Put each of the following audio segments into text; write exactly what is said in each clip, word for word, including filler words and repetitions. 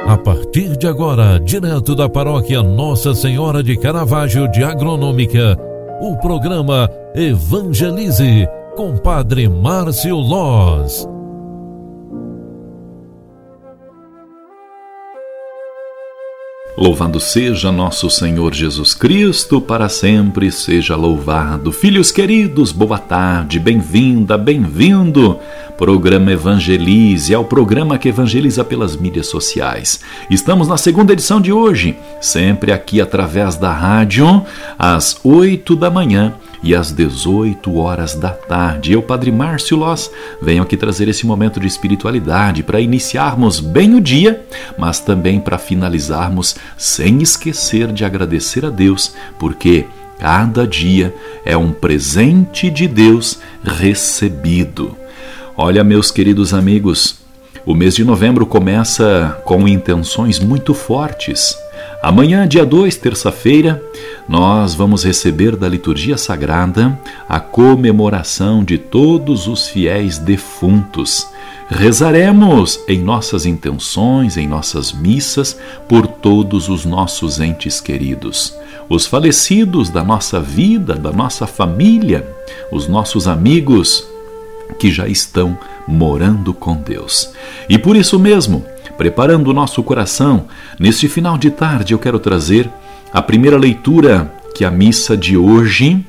A partir de agora, direto da paróquia Nossa Senhora de Caravaggio de Agronômica, o programa Evangelize com Padre Márcio Loz. Louvado seja nosso Senhor Jesus Cristo, para sempre seja louvado. Filhos queridos, boa tarde, bem-vinda, bem-vindo. Programa Evangelize, é o programa que evangeliza pelas mídias sociais. Estamos na segunda edição de hoje, sempre aqui através da rádio, às oito da manhã e às dezoito horas da tarde. Eu, Padre Márcio Loz, venho aqui trazer esse momento de espiritualidade para iniciarmos bem o dia, mas também para finalizarmos sem esquecer de agradecer a Deus, porque cada dia é um presente de Deus recebido. Olha, meus queridos amigos, o mês de novembro começa com intenções muito fortes. Amanhã, dia dois, terça-feira, nós vamos receber da liturgia sagrada a comemoração de todos os fiéis defuntos. Rezaremos em nossas intenções, em nossas missas, por todos os nossos entes queridos, os falecidos da nossa vida, da nossa família, os nossos amigos que já estão morando com Deus. E por isso mesmo, preparando o nosso coração, neste final de tarde eu quero trazer a primeira leitura que a missa de hoje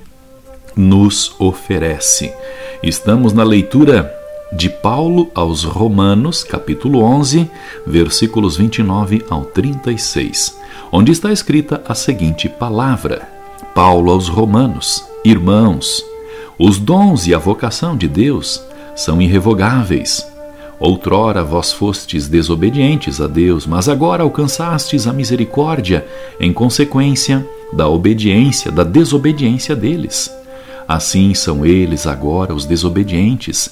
nos oferece. Estamos na leitura de Paulo aos Romanos, capítulo onze, versículos vinte e nove ao trinta e seis, onde está escrita a seguinte palavra: Paulo aos Romanos: Irmãos, os dons e a vocação de Deus são irrevogáveis. Outrora vós fostes desobedientes a Deus, mas agora alcançastes a misericórdia em consequência da obediência, da desobediência deles. Assim são eles agora os desobedientes,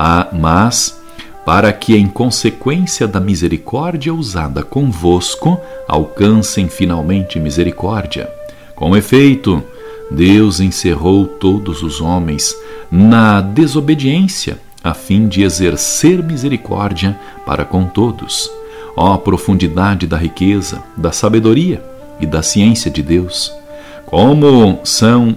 mas para que em consequência da misericórdia usada convosco, alcancem finalmente misericórdia. Com efeito, Deus encerrou todos os homens na desobediência, a fim de exercer misericórdia para com todos. Ó profundidade da riqueza, da sabedoria e da ciência de Deus! Como são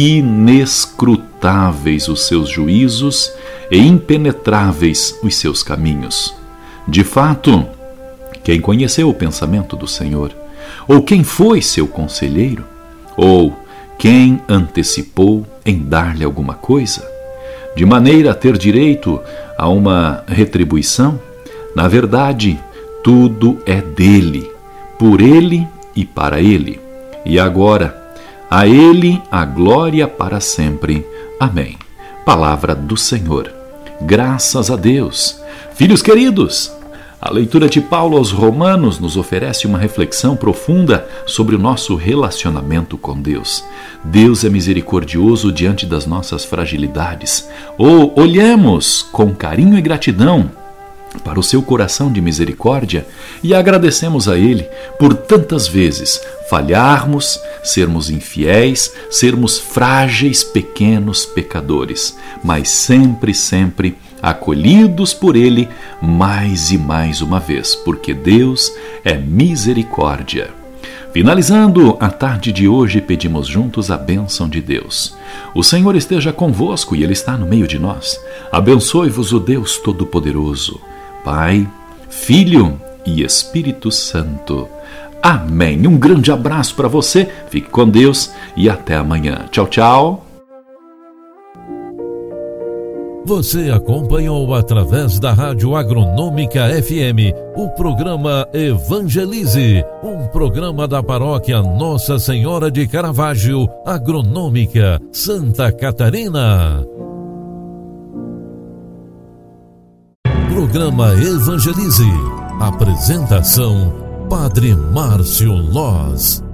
inescrutáveis os seus juízos e impenetráveis os seus caminhos! De fato, quem conheceu o pensamento do Senhor? Ou quem foi seu conselheiro? Ou quem antecipou em dar-lhe alguma coisa, de maneira a ter direito a uma retribuição? Na verdade, tudo é dele, por ele e para ele. E agora, a ele a glória para sempre. Amém. Palavra do Senhor. Graças a Deus. Filhos queridos, a leitura de Paulo aos Romanos nos oferece uma reflexão profunda sobre o nosso relacionamento com Deus. Deus é misericordioso diante das nossas fragilidades. Ou olhemos com carinho e gratidão para o seu coração de misericórdia e agradecemos a Ele por tantas vezes falharmos, sermos infiéis, sermos frágeis, pequenos pecadores, mas sempre, sempre acolhidos por Ele mais e mais uma vez, porque Deus é misericórdia. Finalizando a tarde de hoje, pedimos juntos a bênção de Deus. O Senhor esteja convosco e Ele está no meio de nós. Abençoe-vos o Deus Todo-Poderoso, Pai, Filho e Espírito Santo. Amém. Um grande abraço para você, fique com Deus e até amanhã. Tchau, tchau. Você acompanhou através da Rádio Agronômica F M o programa Evangelize, um programa da paróquia Nossa Senhora de Caravaggio, Agronômica, Santa Catarina. Programa Evangelize. Apresentação: Padre Márcio Loz.